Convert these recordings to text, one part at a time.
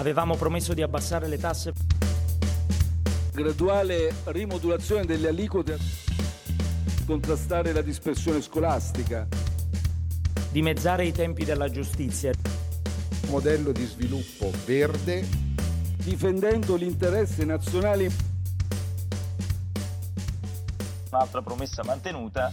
Avevamo promesso di abbassare le tasse. Graduale rimodulazione delle aliquote, contrastare la dispersione scolastica. Dimezzare i tempi della giustizia. Modello di sviluppo verde. Difendendo l'interesse nazionale. Un'altra promessa mantenuta.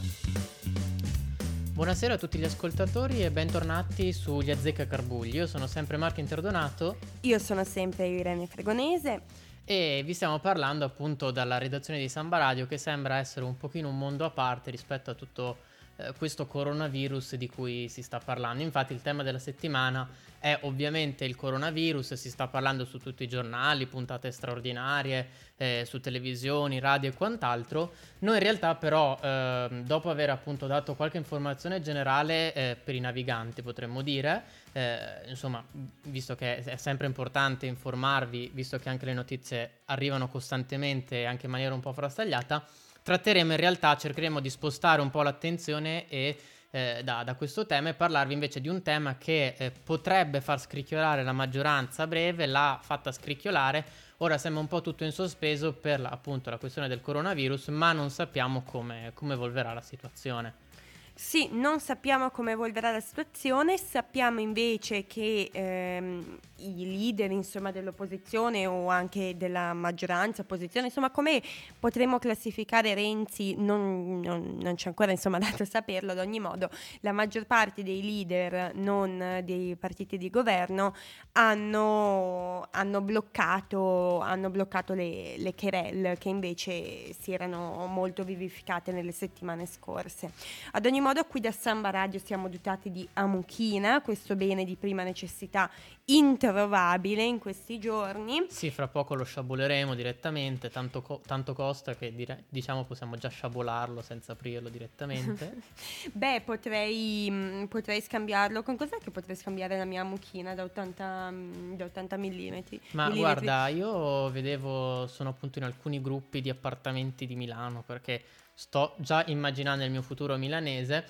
Buonasera a tutti gli ascoltatori e bentornati sugli Azzeccagarbugli. Io sono sempre Marco Interdonato. Io sono sempre Irene Fregonese. E vi stiamo parlando appunto dalla redazione di Samba Radio, che sembra essere un pochino un mondo a parte rispetto a tutto questo coronavirus di cui si sta parlando. Infatti il tema della settimana è ovviamente il coronavirus, si sta parlando su tutti i giornali, puntate straordinarie, su televisioni, radio e quant'altro. Noi in realtà però, dopo aver appunto dato qualche informazione generale per i naviganti, potremmo dire, insomma, visto che è sempre importante informarvi, visto che anche le notizie arrivano costantemente, anche in maniera un po' frastagliata, tratteremo in realtà, cercheremo di spostare un po' l'attenzione e da questo tema e parlarvi invece di un tema che potrebbe far scricchiolare la maggioranza a breve, l'ha fatta scricchiolare, ora sembra un po' tutto in sospeso per appunto la questione del coronavirus, ma non sappiamo come evolverà la situazione. Sì, non sappiamo come evolverà la situazione, sappiamo invece che i leader, insomma, dell'opposizione o anche della maggioranza, opposizione, insomma, come potremmo classificare Renzi, non c'è ancora, insomma, dato saperlo. Ad ogni modo, la maggior parte dei leader, non dei partiti di governo, hanno bloccato le querelle che invece si erano molto vivificate nelle settimane scorse. Ad ogni modo, qui da Samba Radio siamo dotati di Amuchina, questo bene di prima necessità introvabile in questi giorni. Sì, fra poco lo sciaboleremo direttamente, tanto costa che diciamo possiamo già sciabolarlo senza aprirlo direttamente. Beh, potrei scambiarlo. Con cos'è che potrei scambiare la mia Amuchina da 80 millimetri? Ma guarda, io vedevo, sono appunto in alcuni gruppi di appartamenti di Milano, perché sto già immaginando il mio futuro milanese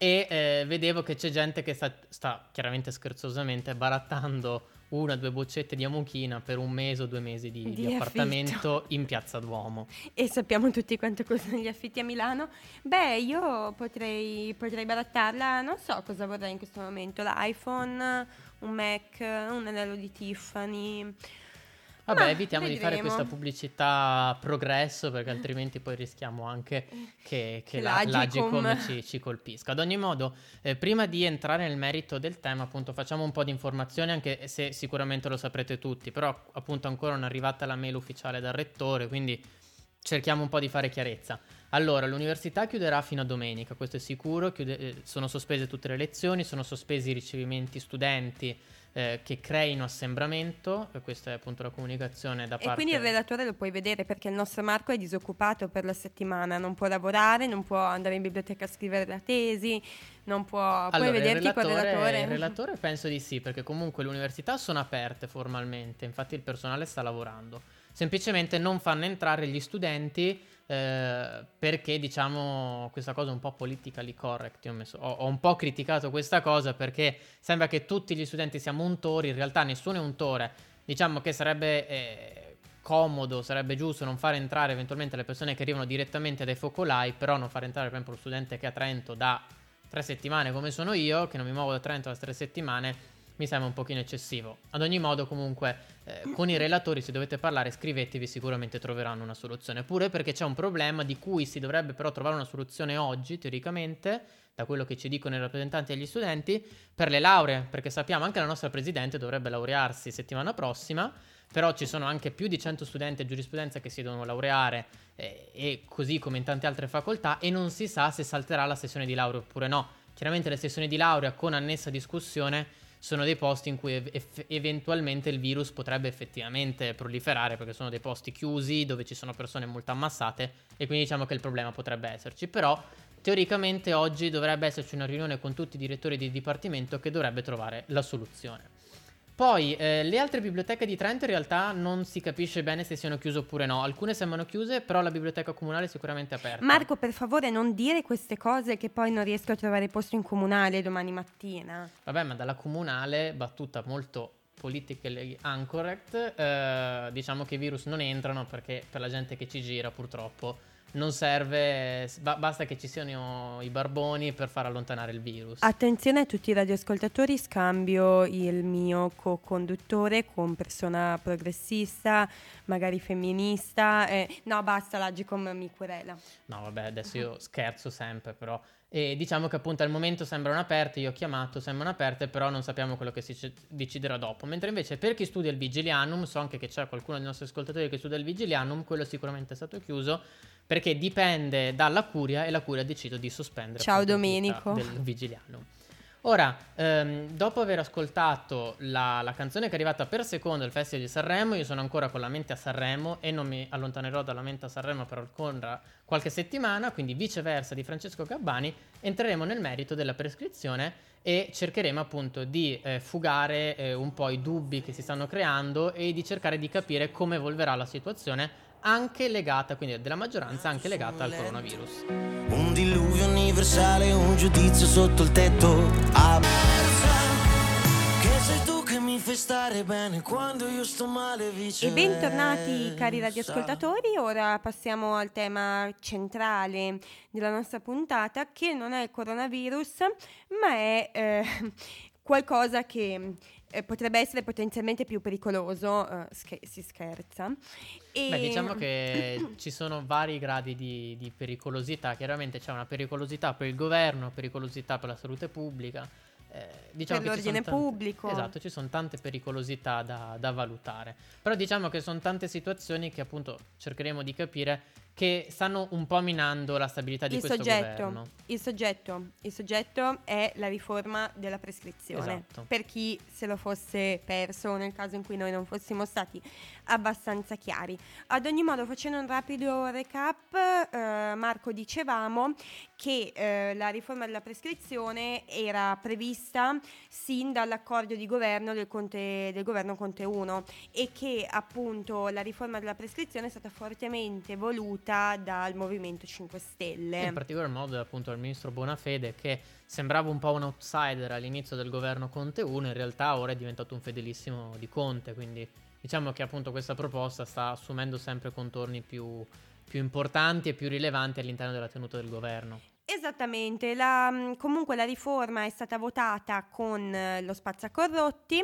e vedevo che c'è gente che sta chiaramente scherzosamente barattando 1 o 2 boccette di Amuchina per 1 mese o 2 mesi di appartamento in Piazza Duomo. E sappiamo tutti quanto costano gli affitti a Milano. Beh, io potrei barattarla, non so cosa vorrei in questo momento, l'iPhone, un Mac, un anello di Tiffany. Vabbè, evitiamo di fare questa pubblicità progresso, perché altrimenti poi rischiamo anche che l'Agicom ci colpisca. Ad ogni modo, prima di entrare nel merito del tema, appunto, facciamo un po' di informazioni, anche se sicuramente lo saprete tutti, però appunto ancora non è arrivata la mail ufficiale dal rettore, quindi cerchiamo un po' di fare chiarezza. Allora, l'università chiuderà fino a domenica, questo è sicuro, sono sospese tutte le lezioni, sono sospesi i ricevimenti studenti che creino assembramento, e questa è appunto la comunicazione da parte... E quindi il relatore lo puoi vedere, perché il nostro Marco è disoccupato per la settimana, non può lavorare, non può andare in biblioteca a scrivere la tesi, non può... Puoi vederti col relatore? Il relatore penso di sì, perché comunque le università sono aperte formalmente, infatti il personale sta lavorando. Semplicemente non fanno entrare gli studenti perché diciamo questa cosa è un po' politically correct. Io ho un po' criticato questa cosa perché sembra che tutti gli studenti siamo untori, in realtà nessuno è untore. Diciamo che sarebbe comodo, sarebbe giusto non far entrare eventualmente le persone che arrivano direttamente dai focolai, però non far entrare per esempio lo studente che è a Trento da 3 settimane come sono io, che non mi muovo da Trento da 3 settimane, mi sembra un pochino eccessivo. Ad ogni modo, comunque, con i relatori, se dovete parlare, scrivetevi, sicuramente troveranno una soluzione. Pure perché c'è un problema di cui si dovrebbe però trovare una soluzione oggi, teoricamente, da quello che ci dicono i rappresentanti degli studenti, per le lauree, perché sappiamo anche la nostra presidente dovrebbe laurearsi settimana prossima, però ci sono anche più di 100 studenti a giurisprudenza che si devono laureare, e così come in tante altre facoltà, e non si sa se salterà la sessione di laurea oppure no. Chiaramente le sessioni di laurea con annessa discussione sono dei posti in cui eventualmente il virus potrebbe effettivamente proliferare, perché sono dei posti chiusi dove ci sono persone molto ammassate, e quindi diciamo che il problema potrebbe esserci. Però teoricamente oggi dovrebbe esserci una riunione con tutti i direttori di dipartimento che dovrebbe trovare la soluzione. Poi le altre biblioteche di Trento in realtà non si capisce bene se siano chiuse oppure no. Alcune sembrano chiuse, però la biblioteca comunale è sicuramente aperta. Marco, per favore, non dire queste cose che poi non riesco a trovare posto in comunale domani mattina. Vabbè, ma dalla comunale, battuta molto politically incorrect, diciamo che i virus non entrano perché per la gente che ci gira purtroppo non serve, basta che ci siano i barboni per far allontanare il virus. Attenzione a tutti i radioascoltatori, scambio il mio co-conduttore con persona progressista, magari femminista. No, basta, l'Agicom mi querela. No, vabbè, adesso io scherzo sempre, però. E diciamo che appunto al momento sembrano aperte, io ho chiamato, sembrano aperte, però non sappiamo quello che si deciderà dopo. Mentre invece per chi studia il Vigilianum, so anche che c'è qualcuno dei nostri ascoltatori che studia il Vigilianum, quello sicuramente è stato chiuso, perché dipende dalla Curia e la Curia ha deciso di sospendere. Ciao Domenico. Del Vigilianum. Ora, dopo aver ascoltato la canzone che è arrivata per secondo al Festival di Sanremo, io sono ancora con la mente a Sanremo e non mi allontanerò dalla mente a Sanremo per ancora qualche settimana, quindi viceversa di Francesco Gabbani, entreremo nel merito della prescrizione e cercheremo appunto di fugare un po' i dubbi che si stanno creando e di cercare di capire come evolverà la situazione, anche legata, quindi della maggioranza, anche legata al coronavirus. Un diluvio universale, un giudizio sotto il tetto. Che sei tu che mi fai stare bene quando io sto male viceversa. E bentornati cari radioascoltatori, ora passiamo al tema centrale della nostra puntata, che non è il coronavirus, ma è qualcosa che potrebbe essere potenzialmente più pericoloso, si scherza. Beh, diciamo che ci sono vari gradi di pericolosità. Chiaramente c'è una pericolosità per il governo, pericolosità per la salute pubblica, diciamo per l'ordine pubblico. Esatto, ci sono tante pericolosità da valutare. Però diciamo che sono tante situazioni che appunto cercheremo di capire, che stanno un po' minando la stabilità di questo governo. Il soggetto è la riforma della prescrizione. Esatto. Per chi se lo fosse perso nel caso in cui noi non fossimo stati abbastanza chiari. Ad ogni modo, facendo un rapido recap, Marco, dicevamo che la riforma della prescrizione era prevista sin dall'accordo di governo del governo Conte 1 e che appunto la riforma della prescrizione è stata fortemente voluta dal Movimento 5 Stelle. In particolar modo appunto il ministro Bonafede, che sembrava un po' un outsider all'inizio del governo Conte 1, in realtà ora è diventato un fedelissimo di Conte, quindi diciamo che appunto questa proposta sta assumendo sempre contorni più importanti e più rilevanti all'interno della tenuta del governo. Esattamente, comunque la riforma è stata votata con lo spazzacorrotti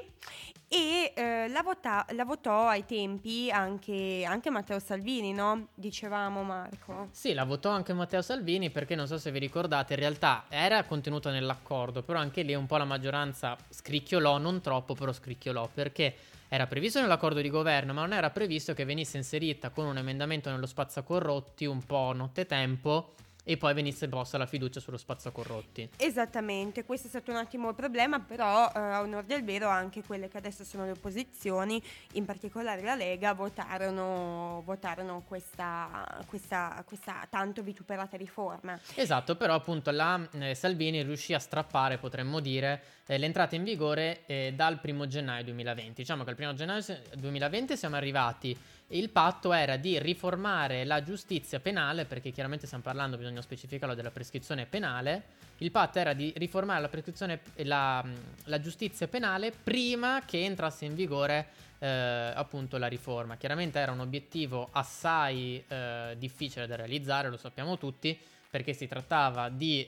e la votò ai tempi anche Matteo Salvini, no? Dicevamo, Marco. Sì, la votò anche Matteo Salvini, perché non so se vi ricordate, in realtà era contenuta nell'accordo, però anche lì un po' la maggioranza scricchiolò, non troppo, però scricchiolò, perché era previsto nell'accordo di governo, ma non era previsto che venisse inserita con un emendamento nello spazzacorrotti un po' nottetempo e poi venisse posta la fiducia sullo spazzacorrotti. Esattamente, questo è stato un attimo il problema, però a onor del vero anche quelle che adesso sono le opposizioni, in particolare la Lega, votarono questa tanto vituperata riforma. Esatto, però appunto la Salvini riuscì a strappare, potremmo dire, l'entrata in vigore dal 1 gennaio 2020. Diciamo che al 1 gennaio 2020 siamo arrivati. Il patto era di riformare la giustizia penale, perché chiaramente stiamo parlando, bisogna specificarlo, della prescrizione penale. Il patto era di riformare la prescrizione, la giustizia penale prima che entrasse in vigore appunto la riforma. Chiaramente era un obiettivo assai difficile da realizzare, lo sappiamo tutti, perché si trattava di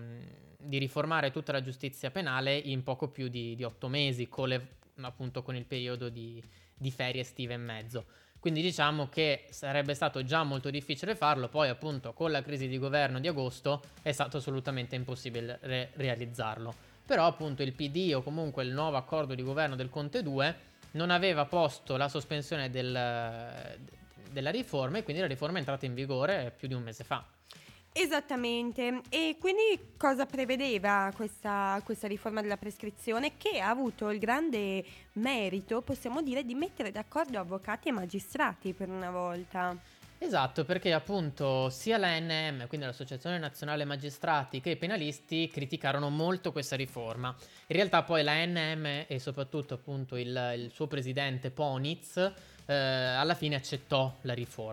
riformare tutta la giustizia penale in poco più di 8 mesi, appunto con il periodo di ferie estive in mezzo. Quindi diciamo che sarebbe stato già molto difficile farlo, poi appunto con la crisi di governo di agosto è stato assolutamente impossibile realizzarlo. Però appunto il PD, o comunque il nuovo accordo di governo del Conte 2, non aveva posto la sospensione della riforma, e quindi la riforma è entrata in vigore più di un mese fa. Esattamente, e quindi cosa prevedeva questa riforma della prescrizione, che ha avuto il grande merito, possiamo dire, di mettere d'accordo avvocati e magistrati per una volta. Esatto, perché appunto sia l'ANM, quindi l'Associazione Nazionale Magistrati, che i penalisti criticarono molto questa riforma. In realtà poi l'ANM e soprattutto appunto il suo presidente Poniz alla fine accettò la riforma.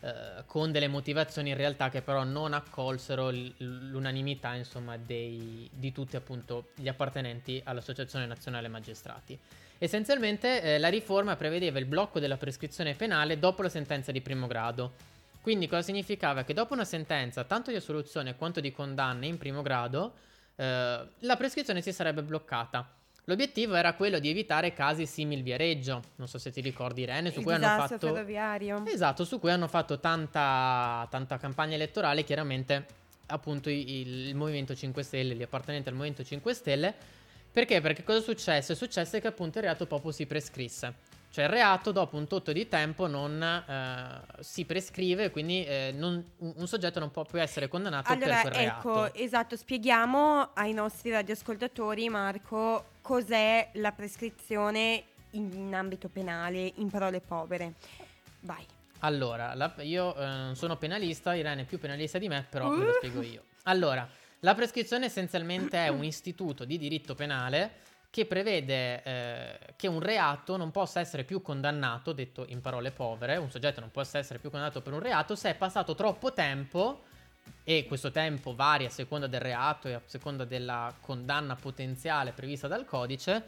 con delle motivazioni in realtà che però non accolsero l'unanimità, insomma, di tutti appunto gli appartenenti all'Associazione Nazionale Magistrati. Essenzialmente la riforma prevedeva il blocco della prescrizione penale dopo la sentenza di primo grado. Quindi cosa significava? Che dopo una sentenza tanto di assoluzione quanto di condanna in primo grado la prescrizione si sarebbe bloccata. L'obiettivo era quello di evitare casi simil Viareggio, non so se ti ricordi, Irene, su cui hanno fatto ferroviario. Esatto, su cui hanno fatto tanta campagna elettorale, chiaramente appunto il Movimento 5 Stelle, gli appartenenti al Movimento 5 Stelle. Perché? Perché cosa successe? Successe che appunto il reato proprio si prescrisse. Cioè il reato dopo un tot di tempo non si prescrive, quindi un soggetto non può più essere condannato per quel reato. Ecco, esatto, spieghiamo ai nostri radioascoltatori, Marco, cos'è la prescrizione in ambito penale, in parole povere. Vai. Allora, io non sono penalista, Irene è più penalista di me, però ve lo spiego io. Allora, la prescrizione essenzialmente è un istituto di diritto penale che prevede che un reato non possa essere più condannato, detto in parole povere, un soggetto non possa essere più condannato per un reato se è passato troppo tempo, e questo tempo varia a seconda del reato e a seconda della condanna potenziale prevista dal codice,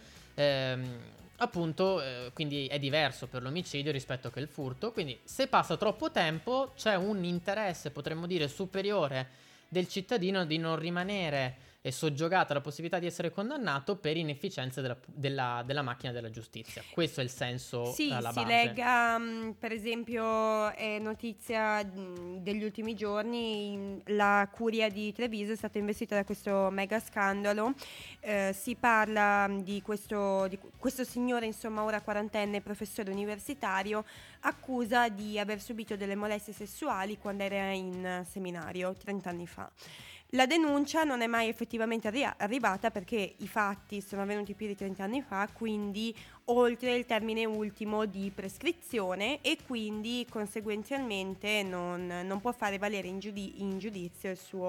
appunto, quindi è diverso per l'omicidio rispetto che il furto. Quindi se passa troppo tempo c'è un interesse, potremmo dire, superiore del cittadino di non rimanere è soggiogata alla possibilità di essere condannato per inefficienze della macchina della giustizia. Questo è il senso alla base. Sì, si legga, per esempio, è notizia degli ultimi giorni, la Curia di Treviso è stata investita da questo mega scandalo. Si parla di questo signore, insomma, ora quarantenne, professore universitario, accusa di aver subito delle molestie sessuali quando era in seminario 30 anni fa. La denuncia non è mai effettivamente arrivata perché i fatti sono avvenuti più di 30 anni fa, quindi oltre il termine ultimo di prescrizione, e quindi conseguenzialmente non può fare valere in giudizio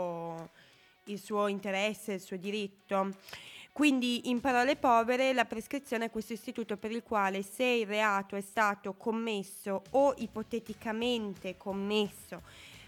il suo interesse, il suo diritto. Quindi, in parole povere, la prescrizione è questo istituto per il quale, se il reato è stato commesso o ipoteticamente commesso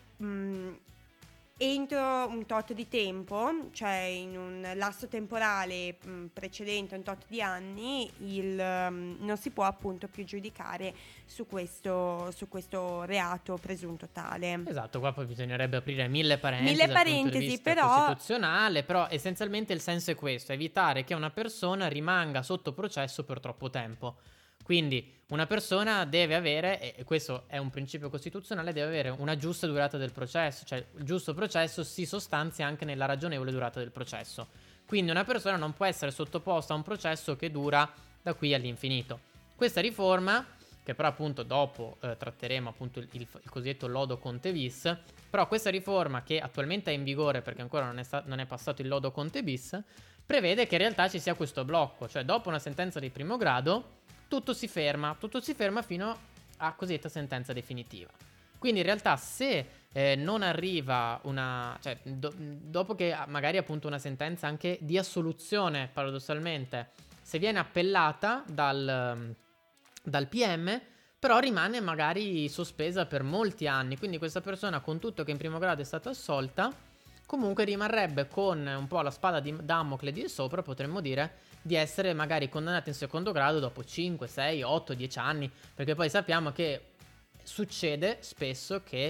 entro un tot di tempo, cioè in un lasso temporale precedente un tot di anni, non si può appunto più giudicare su questo reato presunto tale. Esatto, qua poi bisognerebbe aprire mille parentesi dal punto di vista costituzionale, però essenzialmente il senso è questo: evitare che una persona rimanga sotto processo per troppo tempo. Quindi una persona deve avere, e questo è un principio costituzionale, deve avere una giusta durata del processo, cioè il giusto processo si sostanzia anche nella ragionevole durata del processo. Quindi una persona non può essere sottoposta a un processo che dura da qui all'infinito. Questa riforma, che però appunto dopo tratteremo appunto il cosiddetto lodo Conte bis, però questa riforma, che attualmente è in vigore perché ancora non è passato il lodo Conte bis, prevede che in realtà ci sia questo blocco, cioè dopo una sentenza di primo grado tutto si ferma fino a cosiddetta sentenza definitiva. Quindi in realtà se non arriva dopo che magari appunto una sentenza anche di assoluzione, paradossalmente, se viene appellata dal PM, però rimane magari sospesa per molti anni, quindi questa persona, con tutto che in primo grado è stata assolta, comunque rimarrebbe con un po' la spada di Damocle di sopra, potremmo dire, di essere magari condannata in secondo grado dopo 5, 6, 8, 10 anni, perché poi sappiamo che succede spesso che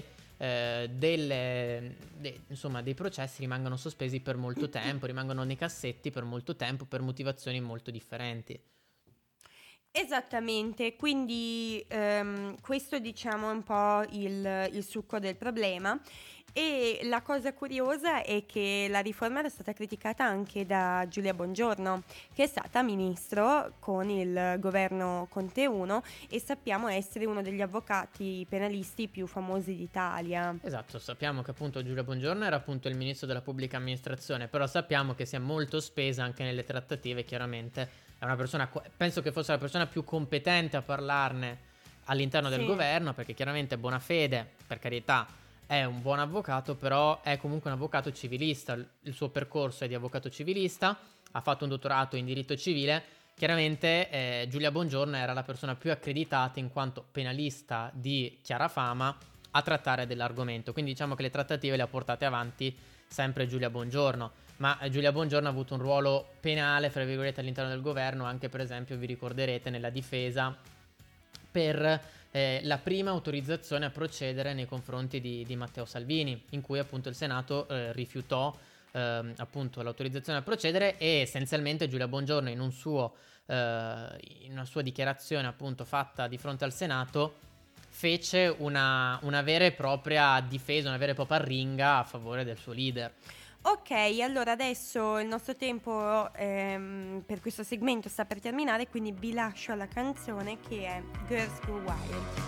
dei processi rimangano sospesi per molto tempo, rimangono nei cassetti per molto tempo per motivazioni molto differenti. Esattamente, quindi questo diciamo è un po' il succo del problema. E la cosa curiosa è che la riforma era stata criticata anche da Giulia Bongiorno, che è stata ministro con il governo Conte 1 e sappiamo essere uno degli avvocati penalisti più famosi d'Italia. Esatto, sappiamo che appunto Giulia Bongiorno era appunto il ministro della pubblica amministrazione, però sappiamo che si è molto spesa anche nelle trattative. Chiaramente è una persona, penso che fosse la persona più competente a parlarne all'interno del governo, perché chiaramente Bonafede, per carità, è un buon avvocato, però è comunque un avvocato civilista. Il suo percorso è di avvocato civilista, ha fatto un dottorato in diritto civile. Chiaramente Giulia Bongiorno era la persona più accreditata in quanto penalista di chiara fama a trattare dell'argomento. Quindi diciamo che le trattative le ha portate avanti sempre Giulia Bongiorno, ma Giulia Bongiorno ha avuto un ruolo penale, fra virgolette, all'interno del governo, anche per esempio, vi ricorderete, nella difesa per la prima autorizzazione a procedere nei confronti di Matteo Salvini, in cui appunto il Senato rifiutò appunto l'autorizzazione a procedere, e essenzialmente Giulia Bongiorno in una sua dichiarazione appunto fatta di fronte al Senato fece una vera e propria difesa, una vera e propria arringa a favore del suo leader. Ok, allora adesso il nostro tempo per questo segmento sta per terminare, quindi vi lascio alla canzone che è Girls Go Wild.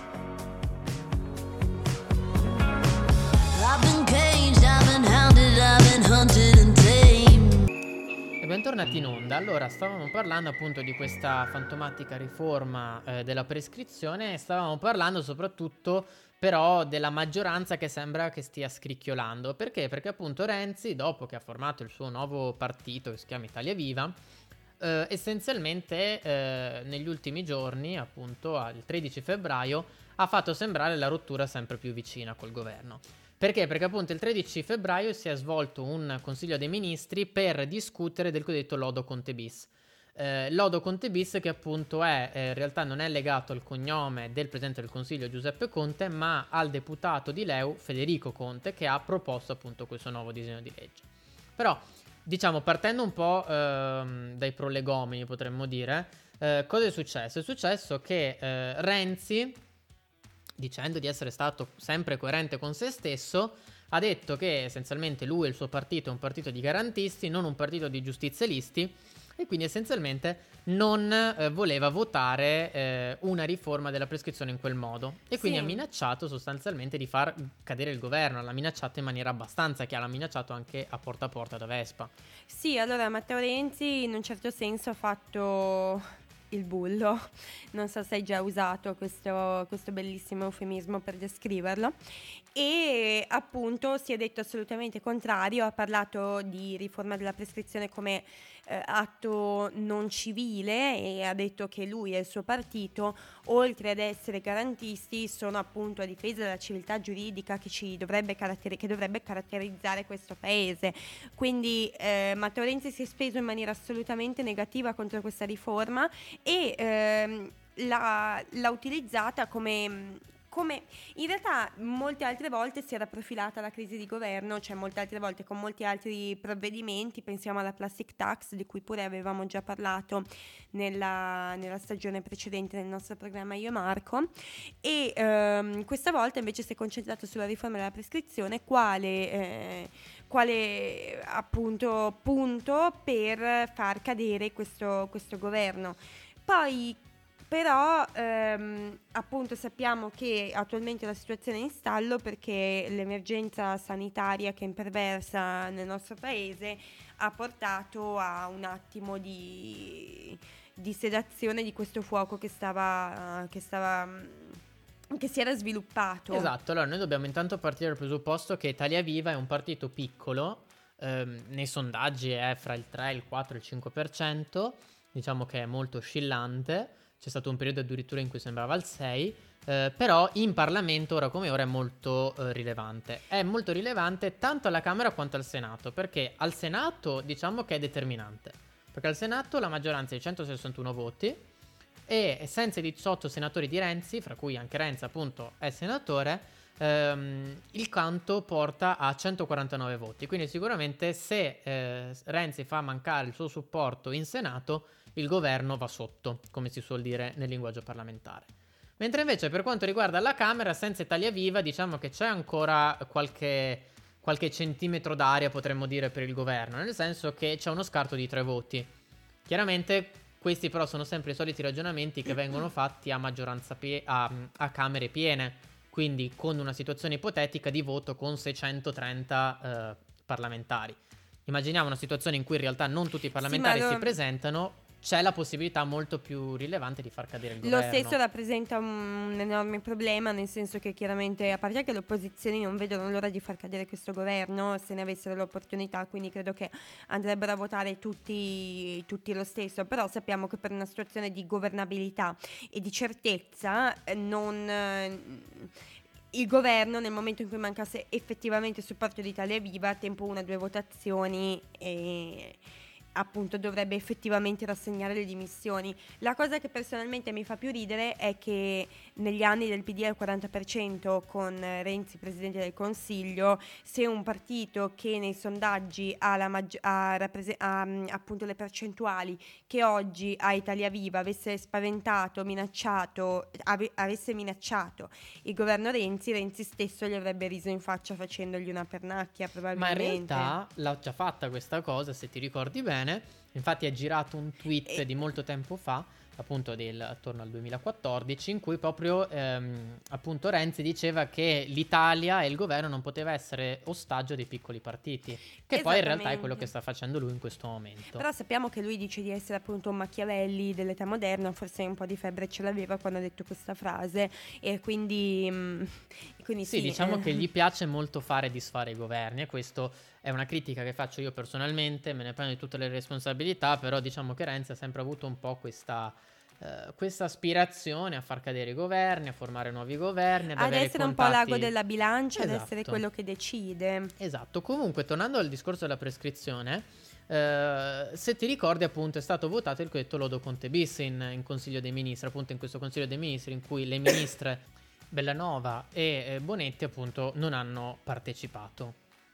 I've been caged, I've been hounded, I've been hunted and tamed. E bentornati in onda. Allora, stavamo parlando appunto di questa fantomatica riforma della prescrizione, e stavamo parlando soprattutto però della maggioranza che sembra che stia scricchiolando. Perché? Perché appunto Renzi, dopo che ha formato il suo nuovo partito che si chiama Italia Viva, essenzialmente negli ultimi giorni, appunto il 13 febbraio, ha fatto sembrare la rottura sempre più vicina col governo. Perché? Perché appunto il 13 febbraio si è svolto un Consiglio dei Ministri per discutere del cosiddetto Lodo Conte bis. Lodo Conte bis che appunto in realtà non è legato al cognome del Presidente del Consiglio Giuseppe Conte, ma al deputato di LeU Federico Conte, che ha proposto appunto questo nuovo disegno di legge. Però, diciamo, partendo un po' dai prolegomeni, potremmo dire, cosa è successo? È successo che Renzi, dicendo di essere stato sempre coerente con se stesso, ha detto che essenzialmente lui e il suo partito è un partito di garantisti, non un partito di giustizialisti, e quindi essenzialmente non voleva votare una riforma della prescrizione in quel modo. E quindi Sì. ha minacciato sostanzialmente di far cadere il governo. L'ha minacciato in maniera abbastanza chiara, l'ha minacciato anche a porta da Vespa. Sì, allora Matteo Renzi in un certo senso ha fatto il bullo, non so se hai già usato questo bellissimo eufemismo per descriverlo, e appunto si è detto assolutamente contrario, ha parlato di riforma della prescrizione come atto non civile, e ha detto che lui e il suo partito, oltre ad essere garantisti, sono appunto a difesa della civiltà giuridica che dovrebbe caratterizzare questo paese. Quindi Matteo Renzi si è speso in maniera assolutamente negativa contro questa riforma e l'ha utilizzata come in realtà molte altre volte si era profilata la crisi di governo, cioè molte altre volte con molti altri provvedimenti. Pensiamo alla plastic tax, di cui pure avevamo già parlato nella stagione precedente del nostro programma Io e Marco, e questa volta invece si è concentrato sulla riforma della prescrizione quale appunto punto per far cadere questo governo. Poi però appunto sappiamo che attualmente la situazione è in stallo perché l'emergenza sanitaria che imperversa nel nostro paese ha portato a un attimo di sedazione di questo fuoco che si era sviluppato. Esatto, allora noi dobbiamo intanto partire dal presupposto che Italia Viva è un partito piccolo, nei sondaggi è fra il 3, il 4 e il 5%, diciamo che è molto oscillante. C'è stato un periodo addirittura in cui sembrava al 6, però in Parlamento ora come ora è molto rilevante. È molto rilevante tanto alla Camera quanto al Senato, perché al Senato diciamo che è determinante, perché al Senato la maggioranza è di 161 voti e senza i 18 senatori di Renzi, fra cui anche Renzi appunto è senatore, il canto porta a 149 voti. Quindi sicuramente se Renzi fa mancare il suo supporto in Senato, il governo va sotto, come si suol dire nel linguaggio parlamentare. Mentre invece per quanto riguarda la Camera, senza Italia Viva diciamo che c'è ancora qualche centimetro d'aria, potremmo dire, per il governo, nel senso che c'è uno scarto di 3 voti. Chiaramente questi però sono sempre i soliti ragionamenti che vengono fatti a maggioranza a Camere piene, quindi con una situazione ipotetica di voto con 630 parlamentari. Immaginiamo una situazione in cui in realtà non tutti i parlamentari si presentano, c'è la possibilità molto più rilevante di far cadere il governo. Lo stesso rappresenta un enorme problema, nel senso che chiaramente, a parte che le opposizioni non vedono l'ora di far cadere questo governo se ne avessero l'opportunità, quindi credo che andrebbero a votare tutti lo stesso, però sappiamo che per una situazione di governabilità e di certezza il governo, nel momento in cui mancasse effettivamente il supporto di Italia Viva, tempo 1 o 2 votazioni, e appunto dovrebbe effettivamente rassegnare le dimissioni. La cosa che personalmente mi fa più ridere è che negli anni del PD al 40% con Renzi presidente del Consiglio, se un partito che nei sondaggi ha appunto le percentuali che oggi ha Italia Viva avesse spaventato, avesse minacciato il governo Renzi stesso gli avrebbe riso in faccia facendogli una pernacchia probabilmente. Ma in realtà l'ha già fatta questa cosa, se ti ricordi bene. Infatti è girato un tweet di molto tempo fa, appunto attorno al 2014, in cui proprio appunto Renzi diceva che l'Italia e il governo non poteva essere ostaggio dei piccoli partiti, che poi in realtà è quello che sta facendo lui in questo momento. Però sappiamo che lui dice di essere appunto un Machiavelli dell'età moderna, forse un po' di febbre ce l'aveva quando ha detto questa frase, e quindi sì, diciamo che gli piace molto fare e disfare i governi, e questo è una critica che faccio io personalmente, me ne prendo di tutte le responsabilità, però diciamo che Renzi ha sempre avuto un po' questa aspirazione a far cadere i governi, a formare nuovi governi, ad essere un po' l'ago della bilancia, ad essere quello che decide. Esatto. Comunque, tornando al discorso della prescrizione, se ti ricordi, appunto, è stato votato il cosiddetto lodo Conte bis in Consiglio dei Ministri, appunto in questo Consiglio dei Ministri in cui le ministre Bellanova e Bonetti appunto non hanno partecipato.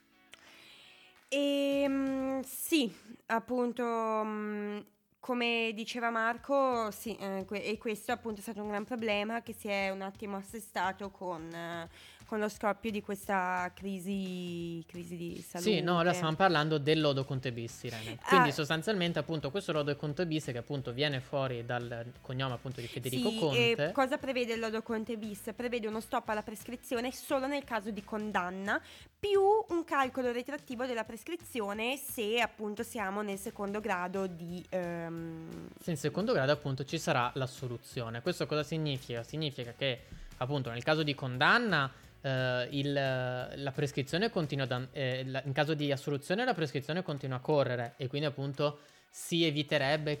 Sì, appunto, come diceva Marco, sì, e questo appunto è stato un gran problema che si è un attimo assestato con lo scoppio di questa crisi di salute. Sì, no, ora stiamo parlando del lodo Conte bis, Irene. Quindi sostanzialmente appunto questo lodo Conte bis, che appunto viene fuori dal cognome appunto di Federico Conte. E cosa prevede il lodo Conte bis? Prevede uno stop alla prescrizione solo nel caso di condanna, più un calcolo retrattivo della prescrizione se appunto siamo nel secondo grado di... Se in secondo grado appunto ci sarà l'assoluzione. Questo cosa significa? Significa che appunto nel caso di condanna la prescrizione continua in caso di assoluzione la prescrizione continua a correre, e quindi appunto si eviterebbe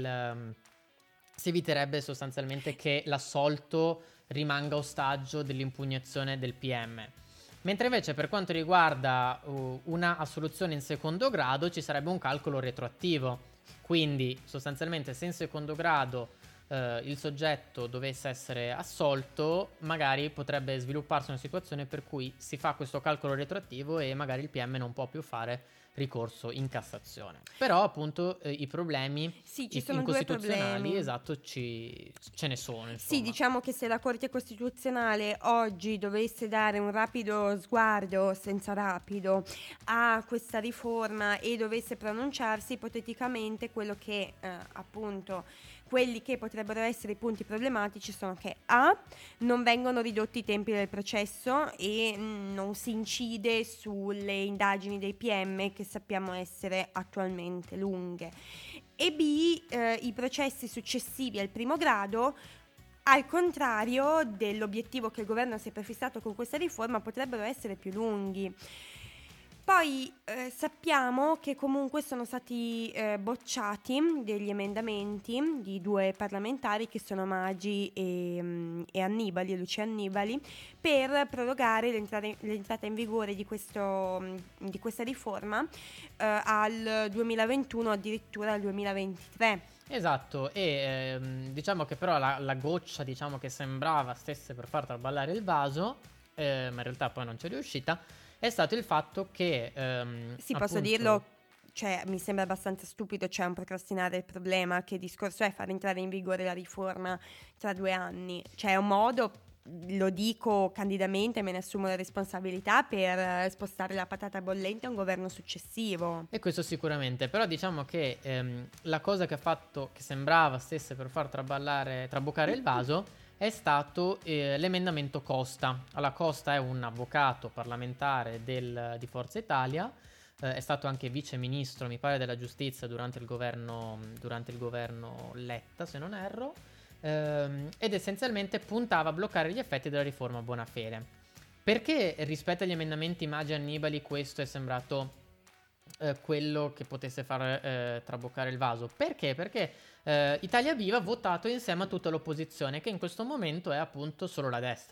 sostanzialmente che l'assolto rimanga ostaggio dell'impugnazione del PM. Mentre invece per quanto riguarda una assoluzione in secondo grado ci sarebbe un calcolo retroattivo, quindi sostanzialmente se in secondo grado il soggetto dovesse essere assolto, magari potrebbe svilupparsi una situazione per cui si fa questo calcolo retroattivo e magari il PM non può più fare ricorso in Cassazione. Però appunto i problemi incostituzionali, esatto, ce ne sono, insomma. Sì, diciamo che se la Corte Costituzionale oggi dovesse dare un rapido sguardo, senza rapido, a questa riforma e dovesse pronunciarsi, ipoteticamente quello che appunto quelli che potrebbero essere i punti problematici sono che non vengono ridotti i tempi del processo e non si incide sulle indagini dei PM che sappiamo essere attualmente lunghe, e i processi successivi al primo grado, al contrario dell'obiettivo che il governo si è prefissato con questa riforma, potrebbero essere più lunghi. Poi sappiamo che comunque sono stati bocciati degli emendamenti di due parlamentari che sono Maggi e Lucia Annibali, per prorogare l'entrata in vigore di questa riforma al 2021, addirittura al 2023. Esatto, e diciamo che però la goccia, diciamo, che sembrava stesse per far traballare il vaso, ma in realtà poi non c'è riuscita, è stato il fatto che sì, posso dirlo, cioè mi sembra abbastanza stupido, cioè un procrastinare il problema. Che discorso è far entrare in vigore la riforma tra 2 anni? Cioè è un modo, lo dico candidamente, me ne assumo la responsabilità, per spostare la patata bollente a un governo successivo. E questo sicuramente, però diciamo che la cosa che ha fatto, che sembrava stesse per far traboccare il vaso, è stato l'emendamento Costa. Allora, Costa è un avvocato parlamentare di Forza Italia, è stato anche vice ministro, mi pare, della giustizia durante il governo Letta, se non erro, ed essenzialmente puntava a bloccare gli effetti della riforma Bonafede. Perché rispetto agli emendamenti Maggi e Annibali questo è sembrato quello che potesse far traboccare il vaso? Perché? Perché Italia Viva ha votato insieme a tutta l'opposizione, che in questo momento è appunto solo la destra.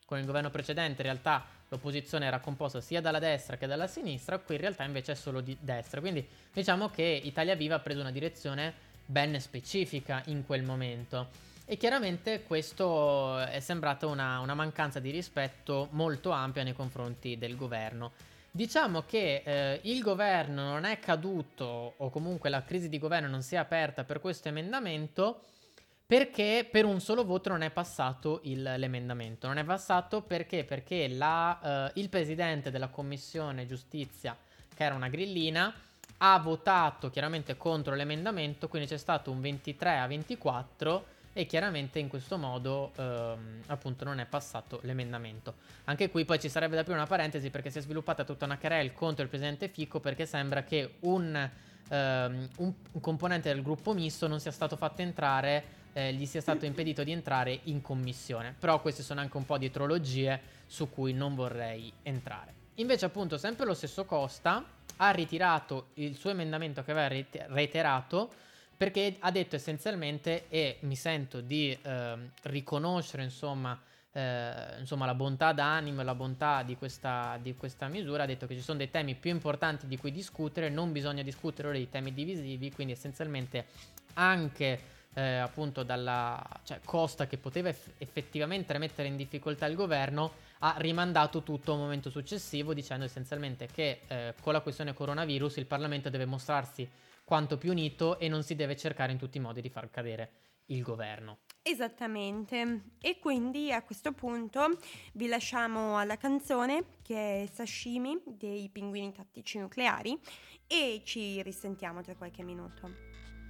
con il governo precedente in realtà l'opposizione era composta sia dalla destra che dalla sinistra, qui in realtà invece è solo di destra, quindi diciamo che Italia Viva ha preso una direzione ben specifica in quel momento e chiaramente questo è sembrata una mancanza di rispetto molto ampia nei confronti del governo. Diciamo che il governo non è caduto o comunque la crisi di governo non si è aperta per questo emendamento perché per un solo voto non è passato l'emendamento. Non è passato perché il presidente della commissione giustizia, che era una grillina, ha votato chiaramente contro l'emendamento, quindi c'è stato un 23-24 e chiaramente in questo modo appunto non è passato l'emendamento. Anche qui poi ci sarebbe da aprire una parentesi perché si è sviluppata tutta una querela contro il presidente Fico perché sembra che un componente del gruppo misto non sia stato fatto entrare, gli sia stato impedito di entrare in commissione. Però queste sono anche un po' di trologie su cui non vorrei entrare. Invece appunto sempre lo stesso Costa ha ritirato il suo emendamento che aveva reiterato perché ha detto essenzialmente, e mi sento di riconoscere insomma la bontà d'animo e la bontà di questa misura, ha detto che ci sono dei temi più importanti di cui discutere, non bisogna discutere ora di temi divisivi, quindi essenzialmente anche appunto Costa, che poteva effettivamente mettere in difficoltà il governo, ha rimandato tutto a un momento successivo dicendo essenzialmente che con la questione coronavirus il Parlamento deve mostrarsi quanto più unito e non si deve cercare in tutti i modi di far cadere il governo. Esattamente, e quindi a questo punto vi lasciamo alla canzone che è Sashimi dei Pinguini Tattici Nucleari e ci risentiamo tra qualche minuto.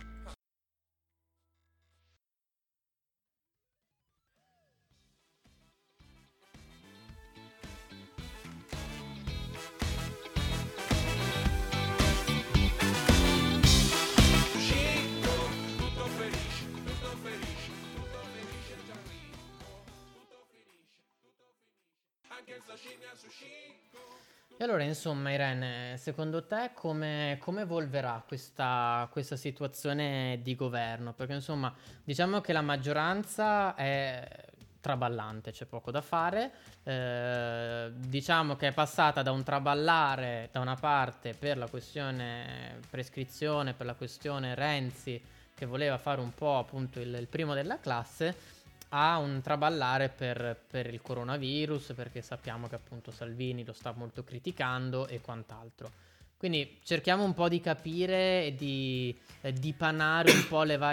E allora insomma Irene, secondo te come evolverà questa situazione di governo? Perché insomma diciamo che la maggioranza è traballante, c'è poco da fare, diciamo che è passata da un traballare da una parte per la questione prescrizione, per la questione Renzi che voleva fare un po' appunto il primo della classe, a un traballare per il coronavirus, perché sappiamo che appunto Salvini lo sta molto criticando e quant'altro. Quindi cerchiamo un po' di capire e di dipanare un po' i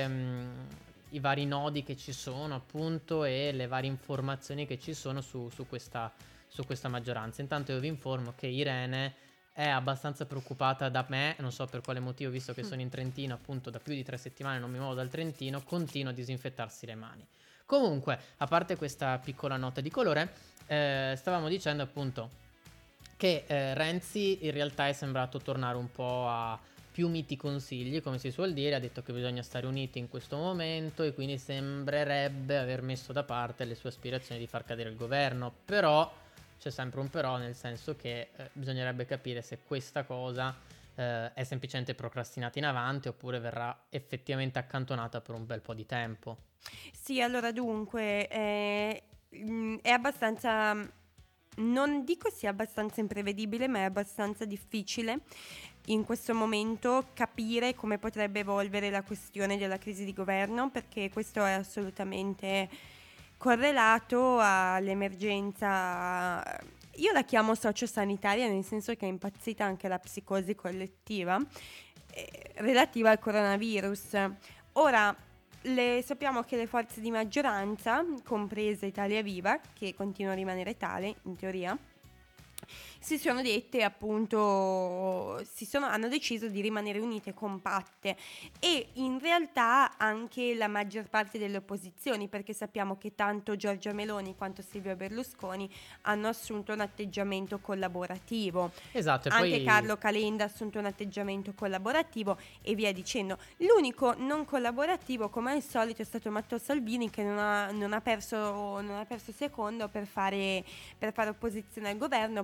vari nodi che ci sono appunto e le varie informazioni che ci sono su questa maggioranza. Intanto io vi informo che Irene è abbastanza preoccupata da me, non so per quale motivo, visto che sono in Trentino appunto da più di 3 settimane, non mi muovo dal Trentino, continuo a disinfettarsi le mani. Comunque, a parte questa piccola nota di colore, stavamo dicendo appunto che Renzi in realtà è sembrato tornare un po' a più miti consigli, come si suol dire, ha detto che bisogna stare uniti in questo momento e quindi sembrerebbe aver messo da parte le sue aspirazioni di far cadere il governo, però c'è sempre un però, nel senso che bisognerebbe capire se questa cosa è semplicemente procrastinata in avanti oppure verrà effettivamente accantonata per un bel po' di tempo. Sì, allora dunque è abbastanza, non dico sia abbastanza imprevedibile, ma è abbastanza difficile in questo momento capire come potrebbe evolvere la questione della crisi di governo, perché questo è assolutamente correlato all'emergenza, io la chiamo sociosanitaria, nel senso che è impazzita anche la psicosi collettiva relativa al coronavirus. Ora, sappiamo che le forze di maggioranza, compresa Italia Viva, che continua a rimanere tale in teoria, si sono dette appunto, hanno deciso di rimanere unite e compatte, e in realtà anche la maggior parte delle opposizioni, perché sappiamo che tanto Giorgia Meloni quanto Silvio Berlusconi hanno assunto un atteggiamento collaborativo. Esatto, e anche poi Carlo Calenda ha assunto un atteggiamento collaborativo e via dicendo. L'unico non collaborativo, come al solito, è stato Matteo Salvini, che non ha perso secondo per fare opposizione al governo, per quanto è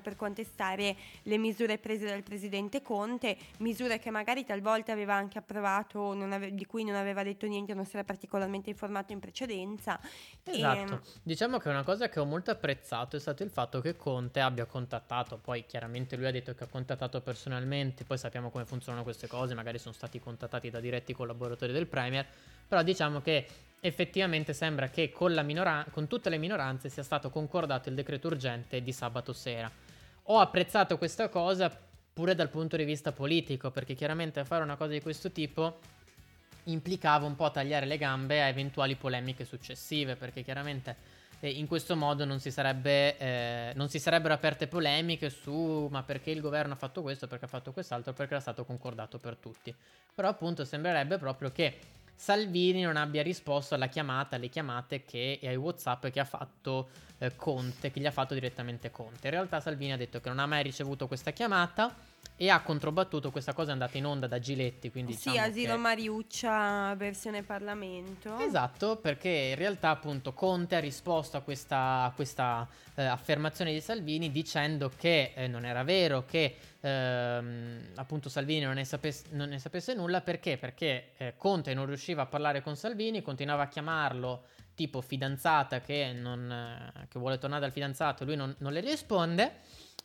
contestare le misure prese dal presidente Conte, misure che magari talvolta aveva anche approvato, di cui non aveva detto niente, non si era particolarmente informato in precedenza. Esatto, diciamo che una cosa che ho molto apprezzato è stato il fatto che Conte abbia contattato, poi chiaramente lui ha detto che ha contattato personalmente, poi sappiamo come funzionano queste cose, magari sono stati contattati da diretti collaboratori del Premier, però diciamo che effettivamente sembra che con tutte le minoranze sia stato concordato il decreto urgente di sabato sera. Ho apprezzato questa cosa pure dal punto di vista politico, perché chiaramente fare una cosa di questo tipo implicava un po' tagliare le gambe a eventuali polemiche successive, perché chiaramente in questo modo non si sarebbero aperte polemiche su ma perché il governo ha fatto questo, perché ha fatto quest'altro, perché era stato concordato per tutti. Però appunto sembrerebbe proprio che Salvini non abbia risposto alle chiamate e ai WhatsApp che ha fatto Conte, che gli ha fatto direttamente Conte. In realtà Salvini ha detto che non ha mai ricevuto questa chiamata e ha controbattuto. Questa cosa è andata in onda da Giletti, quindi sì, diciamo Asilo Mariuccia versione Parlamento. Esatto, perché in realtà appunto Conte ha risposto a questa affermazione di Salvini dicendo che non era vero che appunto Salvini non ne sapesse nulla. Perché Conte non riusciva a parlare con Salvini, continuava a chiamarlo tipo fidanzata che vuole tornare dal fidanzato, lui non le risponde.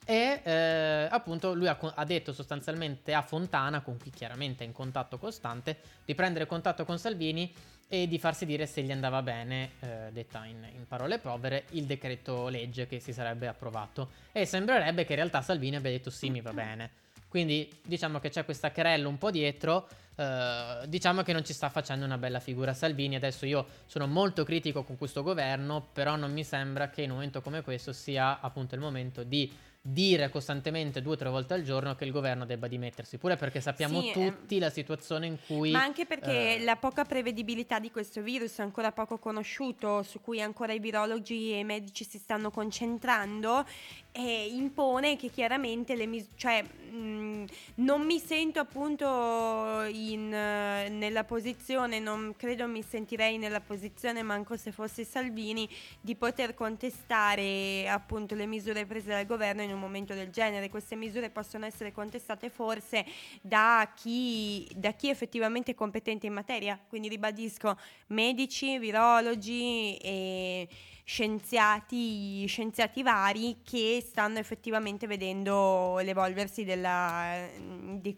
E appunto lui ha detto sostanzialmente a Fontana, con cui chiaramente è in contatto costante, di prendere contatto con Salvini e di farsi dire se gli andava bene, detta in parole povere, il decreto legge che si sarebbe approvato. E sembrerebbe che in realtà Salvini abbia detto sì, mi va bene. Quindi diciamo che c'è questa querella un po' dietro. Diciamo che non ci sta facendo una bella figura Salvini. Adesso io sono molto critico con questo governo, però non mi sembra che in un momento come questo sia appunto il momento di dire costantemente 2 o 3 volte al giorno che il governo debba dimettersi, pure perché sappiamo tutti la situazione in cui ma anche perché la poca prevedibilità di questo virus è ancora poco conosciuto, su cui ancora i virologi e i medici si stanno concentrando, e impone che chiaramente non mi sento appunto nella posizione, non credo mi sentirei nella posizione, manco se fossi Salvini, di poter contestare appunto le misure prese dal governo in un momento del genere. Queste misure possono essere contestate forse da chi effettivamente è competente in materia, quindi ribadisco, medici, virologi e scienziati vari che stanno effettivamente vedendo l'evolversi di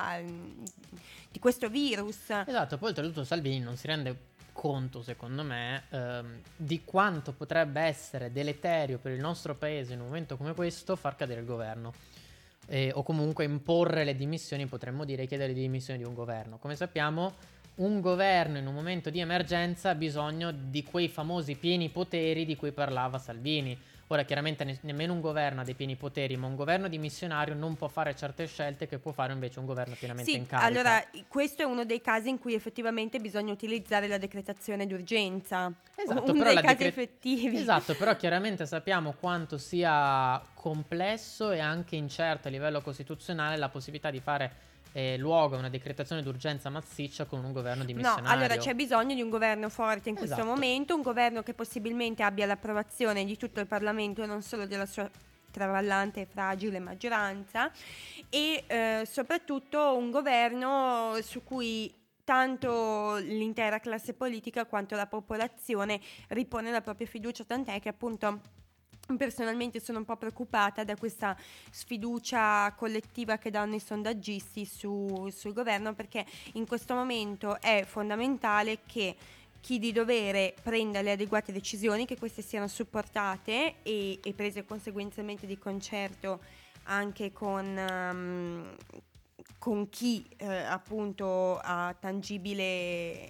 questo virus. Esatto, poi oltretutto Salvini non si rende conto, secondo me, di quanto potrebbe essere deleterio per il nostro paese in un momento come questo far cadere il governo, o comunque imporre le dimissioni, potremmo dire, chiedere le dimissioni di un governo. Come sappiamo, un governo in un momento di emergenza ha bisogno di quei famosi pieni poteri di cui parlava Salvini. Ora chiaramente nemmeno un governo ha dei pieni poteri, ma un governo dimissionario non può fare certe scelte che può fare invece un governo pienamente in carica. Allora questo è uno dei casi in cui effettivamente bisogna utilizzare la decretazione d'urgenza. Esatto, uno però dei casi effettivi. Esatto, però chiaramente sappiamo quanto sia complesso e anche incerto a livello costituzionale la possibilità di fare luogo a una decretazione d'urgenza massiccia con un governo dimissionario. No, allora c'è bisogno di un governo forte in questo momento, un governo che possibilmente abbia l'approvazione di tutto il Parlamento e non solo della sua travallante e fragile maggioranza, e soprattutto un governo su cui tanto l'intera classe politica quanto la popolazione ripone la propria fiducia, tant'è che appunto personalmente sono un po' preoccupata da questa sfiducia collettiva che danno i sondaggisti sul governo, perché in questo momento è fondamentale che chi di dovere prenda le adeguate decisioni, che queste siano supportate e prese conseguentemente di concerto anche con chi appunto ha tangibile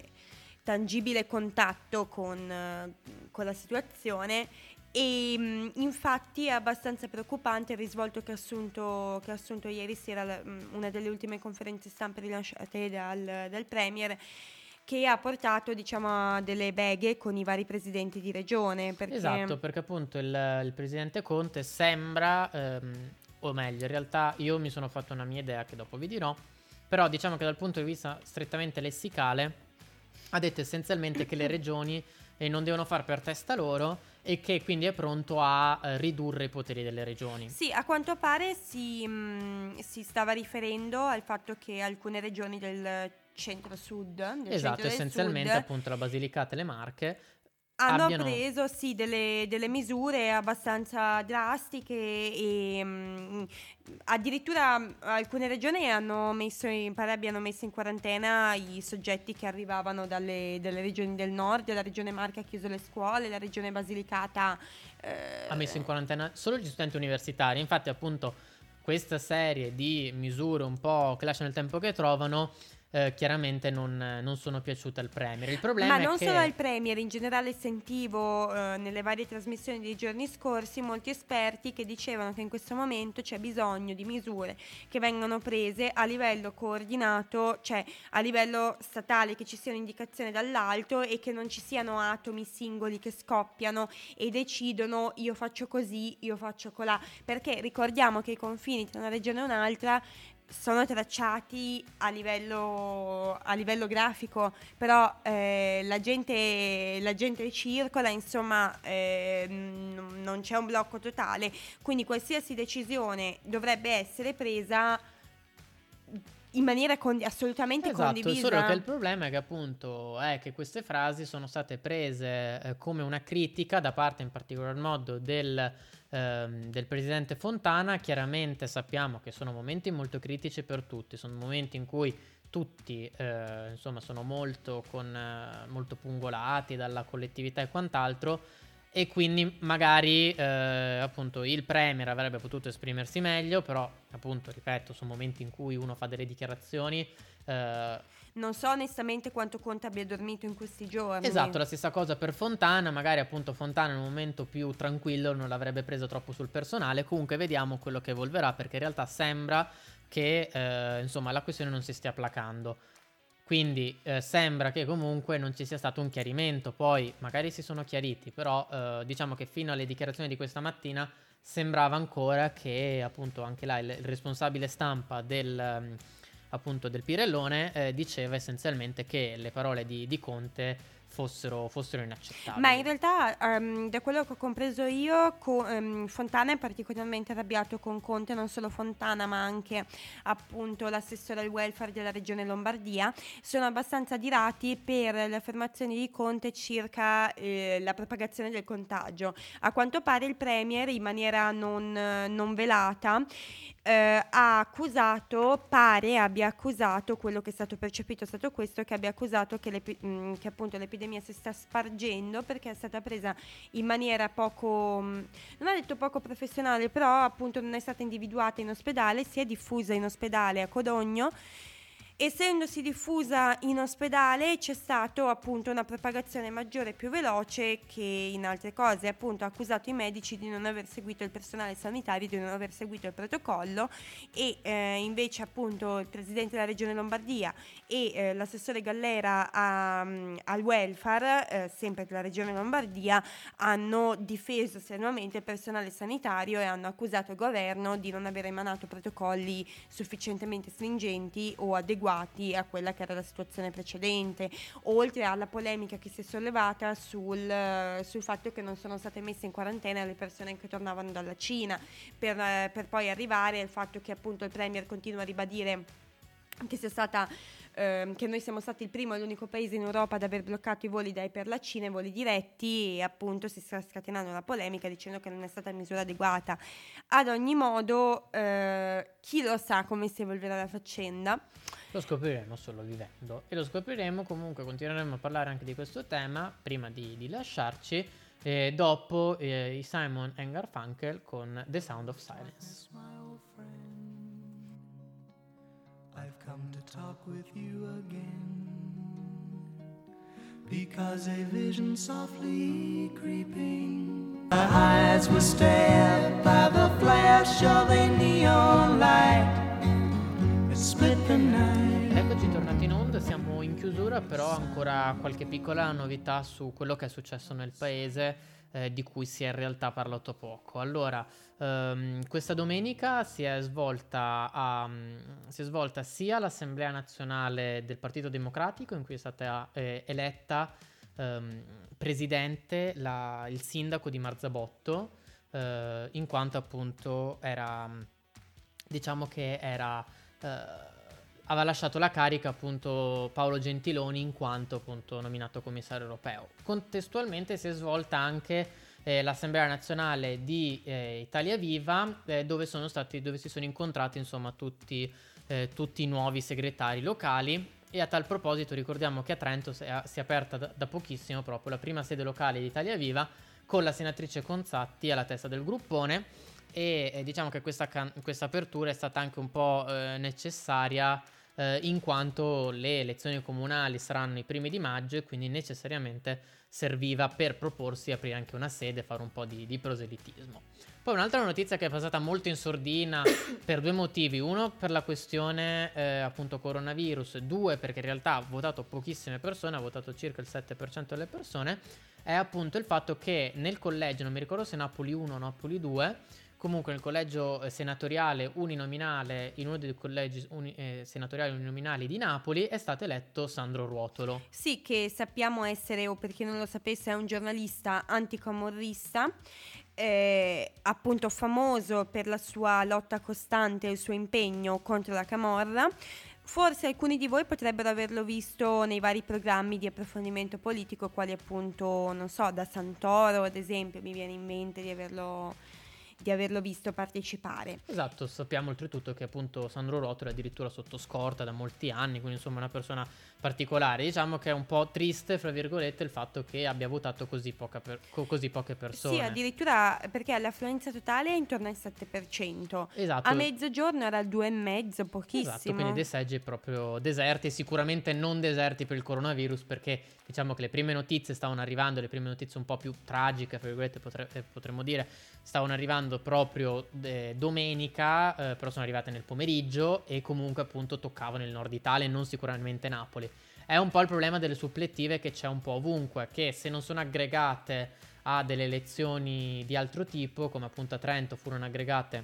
contatto con la situazione. E infatti è abbastanza preoccupante il risvolto che ha assunto ieri sera una delle ultime conferenze stampa rilasciate dal Premier, che ha portato diciamo a delle beghe con i vari presidenti di regione, Esatto, perché appunto il presidente Conte sembra o meglio, in realtà io mi sono fatto una mia idea che dopo vi dirò, però diciamo che dal punto di vista strettamente lessicale ha detto essenzialmente che le regioni non devono far per testa loro e che quindi è pronto a ridurre i poteri delle regioni. Sì, a quanto pare si stava riferendo al fatto che alcune regioni del centro-sud, Esatto, essenzialmente appunto la Basilicata e le Marche hanno preso delle misure abbastanza drastiche e addirittura alcune regioni abbiano messo in quarantena i soggetti che arrivavano dalle regioni del nord. La regione Marche ha chiuso le scuole, la regione Basilicata ha messo in quarantena solo gli studenti universitari. Infatti appunto questa serie di misure un po' che lasciano il tempo che trovano chiaramente non sono piaciute al Premier. Il problema Ma è non che solo al Premier, in generale sentivo nelle varie trasmissioni dei giorni scorsi molti esperti che dicevano che in questo momento c'è bisogno di misure che vengano prese a livello coordinato, cioè a livello statale, che ci sia un'indicazione dall'alto e che non ci siano atomi singoli che scoppiano e decidono io faccio così, io faccio colà, perché ricordiamo che i confini tra una regione e un'altra sono tracciati a livello grafico, però la gente circola, insomma, non c'è un blocco totale, quindi qualsiasi decisione dovrebbe essere presa in maniera assolutamente condivisa. Solo che il problema è che appunto è che queste frasi sono state prese come una critica da parte in particolar modo del presidente Fontana. Chiaramente sappiamo che sono momenti molto critici per tutti, sono momenti in cui tutti insomma sono molto pungolati dalla collettività e quant'altro, e quindi magari appunto il Premier avrebbe potuto esprimersi meglio, però appunto ripeto, sono momenti in cui uno fa delle dichiarazioni. Non so onestamente quanto Conte abbia dormito in questi giorni. Esatto, la stessa cosa per Fontana. Magari appunto Fontana in un momento più tranquillo non l'avrebbe preso troppo sul personale. Comunque vediamo quello che evolverà, perché in realtà sembra che insomma la questione non si stia placando. Quindi sembra che comunque non ci sia stato un chiarimento. Poi magari si sono chiariti, però diciamo che fino alle dichiarazioni di questa mattina sembrava ancora che appunto anche là il responsabile stampa del Pirellone diceva essenzialmente che le parole di Conte fossero inaccettabili. Ma in realtà da quello che ho compreso io Fontana è particolarmente arrabbiato con Conte, non solo Fontana ma anche appunto l'assessore al welfare della regione Lombardia. Sono abbastanza adirati per le affermazioni di Conte circa la propagazione del contagio. A quanto pare il Premier in maniera non velata abbia accusato, quello che è stato percepito è stato questo, che abbia accusato che appunto l'epidemia si sta spargendo perché è stata presa in maniera poco, non ha detto poco professionale, però appunto non è stata individuata in ospedale, si è diffusa in ospedale a Codogno. Essendosi diffusa in ospedale c'è stato appunto una propagazione maggiore e più veloce che in altre cose. Appunto ha accusato i medici di non aver seguito, il personale sanitario di non aver seguito il protocollo e invece appunto il presidente della regione Lombardia e l'assessore Gallera al welfare, sempre della regione Lombardia, hanno difeso strenuamente il personale sanitario e hanno accusato il governo di non aver emanato protocolli sufficientemente stringenti o adeguati a quella che era la situazione precedente, oltre alla polemica che si è sollevata sul fatto che non sono state messe in quarantena le persone che tornavano dalla Cina, per poi arrivare al fatto che appunto il Premier continua a ribadire che noi siamo stati il primo e l'unico paese in Europa ad aver bloccato i voli per la Cina, i voli diretti, e appunto si sta scatenando una polemica dicendo che non è stata misura adeguata. Ad ogni modo chi lo sa come si evolverà la faccenda. Lo scopriremo solo vivendo, e lo scopriremo comunque. Continueremo a parlare anche di questo tema prima di lasciarci, dopo i Simon & Garfunkel con The Sound of Silence. I've come to talk with you again, because a vision softly creeping, my eyes were stabbed by the flash of a neon light that split the night. Eccoci tornati in onda, siamo in chiusura, però ancora qualche piccola novità su quello che è successo nel paese, di cui si è in realtà parlato poco. Allora, questa domenica si è svolta sia l'Assemblea Nazionale del Partito Democratico, in cui è stata eletta presidente il sindaco di Marzabotto, in quanto appunto era, diciamo che era, aveva lasciato la carica appunto Paolo Gentiloni in quanto appunto nominato commissario europeo. Contestualmente si è svolta anche l'Assemblea Nazionale di Italia Viva, dove si sono incontrati insomma tutti i nuovi segretari locali. E a tal proposito ricordiamo che a Trento si è aperta da pochissimo proprio la prima sede locale di Italia Viva, con la senatrice Conzatti alla testa del gruppone, e diciamo che questa apertura è stata anche un po' necessaria, in quanto le elezioni comunali saranno i primi di maggio e quindi necessariamente serviva per proporsi aprire anche una sede e fare un po' di proselitismo. Poi un'altra notizia che è passata molto in sordina per due motivi: uno, per la questione appunto coronavirus; due, perché in realtà ha votato pochissime persone, ha votato circa il 7% delle persone, è appunto il fatto che nel collegio, non mi ricordo se Napoli 1 o Napoli 2, comunque nel collegio senatoriale uninominale, in uno dei collegi senatoriali uninominali di Napoli, è stato eletto Sandro Ruotolo. Sì, che sappiamo essere, o per chi non lo sapesse, è un giornalista anticamorrista, appunto famoso per la sua lotta costante e il suo impegno contro la camorra. Forse alcuni di voi potrebbero averlo visto nei vari programmi di approfondimento politico, quali appunto, non so, da Santoro ad esempio, mi viene in mente di averlo visto partecipare. Esatto, sappiamo oltretutto che appunto Sandro Ruotolo è addirittura sotto scorta da molti anni, quindi insomma è una persona particolare. Diciamo che è un po' triste, fra virgolette, il fatto che abbia votato così poche persone. Sì, addirittura, perché l'affluenza totale è intorno al 7%. Esatto. A mezzogiorno era il 2,5%, pochissimo. Esatto, quindi dei seggi proprio deserti, sicuramente non deserti per il coronavirus, perché diciamo che le prime notizie stavano arrivando, le prime notizie un po' più tragiche, fra virgolette potremmo dire, stavano arrivando proprio domenica, però sono arrivate nel pomeriggio e comunque appunto toccavano il nord Italia e non sicuramente Napoli. È un po' il problema delle supplettive che c'è un po' ovunque, che se non sono aggregate a delle elezioni di altro tipo, come appunto a Trento furono aggregate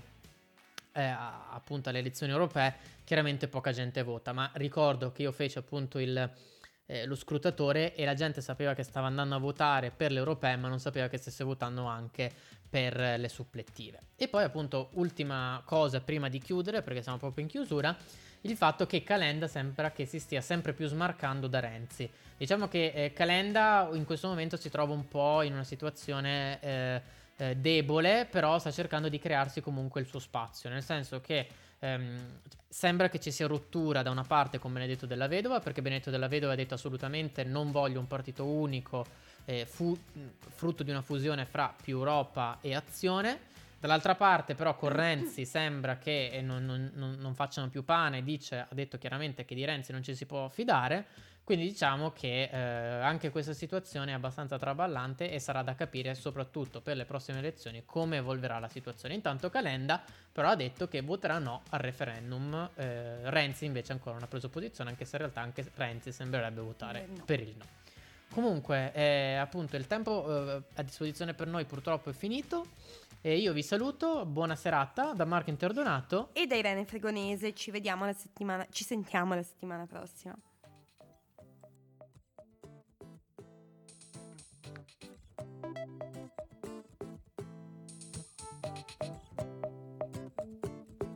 appunto alle elezioni europee, chiaramente poca gente vota. Ma ricordo che io feci appunto lo scrutatore e la gente sapeva che stava andando a votare per le europee, ma non sapeva che stesse votando anche per le supplettive. E poi appunto ultima cosa prima di chiudere, perché siamo proprio in chiusura, il fatto che Calenda sembra che si stia sempre più smarcando da Renzi. Diciamo che Calenda in questo momento si trova un po' in una situazione debole, però sta cercando di crearsi comunque il suo spazio, nel senso che sembra che ci sia rottura da una parte con Benedetto Della Vedova, perché Benedetto Della Vedova ha detto assolutamente non voglio un partito unico, frutto di una fusione fra Più Europa e Azione. Dall'altra parte però con Renzi sembra che non facciano più pane, ha detto chiaramente che di Renzi non ci si può fidare, quindi diciamo che anche questa situazione è abbastanza traballante e sarà da capire soprattutto per le prossime elezioni come evolverà la situazione. Intanto Calenda però ha detto che voterà no al referendum, Renzi invece ancora non ha preso posizione, anche se in realtà anche Renzi sembrerebbe votare per il no. Comunque appunto il tempo a disposizione per noi purtroppo è finito. E io vi saluto, buona serata da Marco Interdonato e da Irene Fregonese. Ci sentiamo la settimana prossima.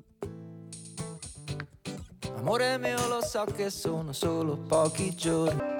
Amore mio, lo so che sono solo pochi giorni.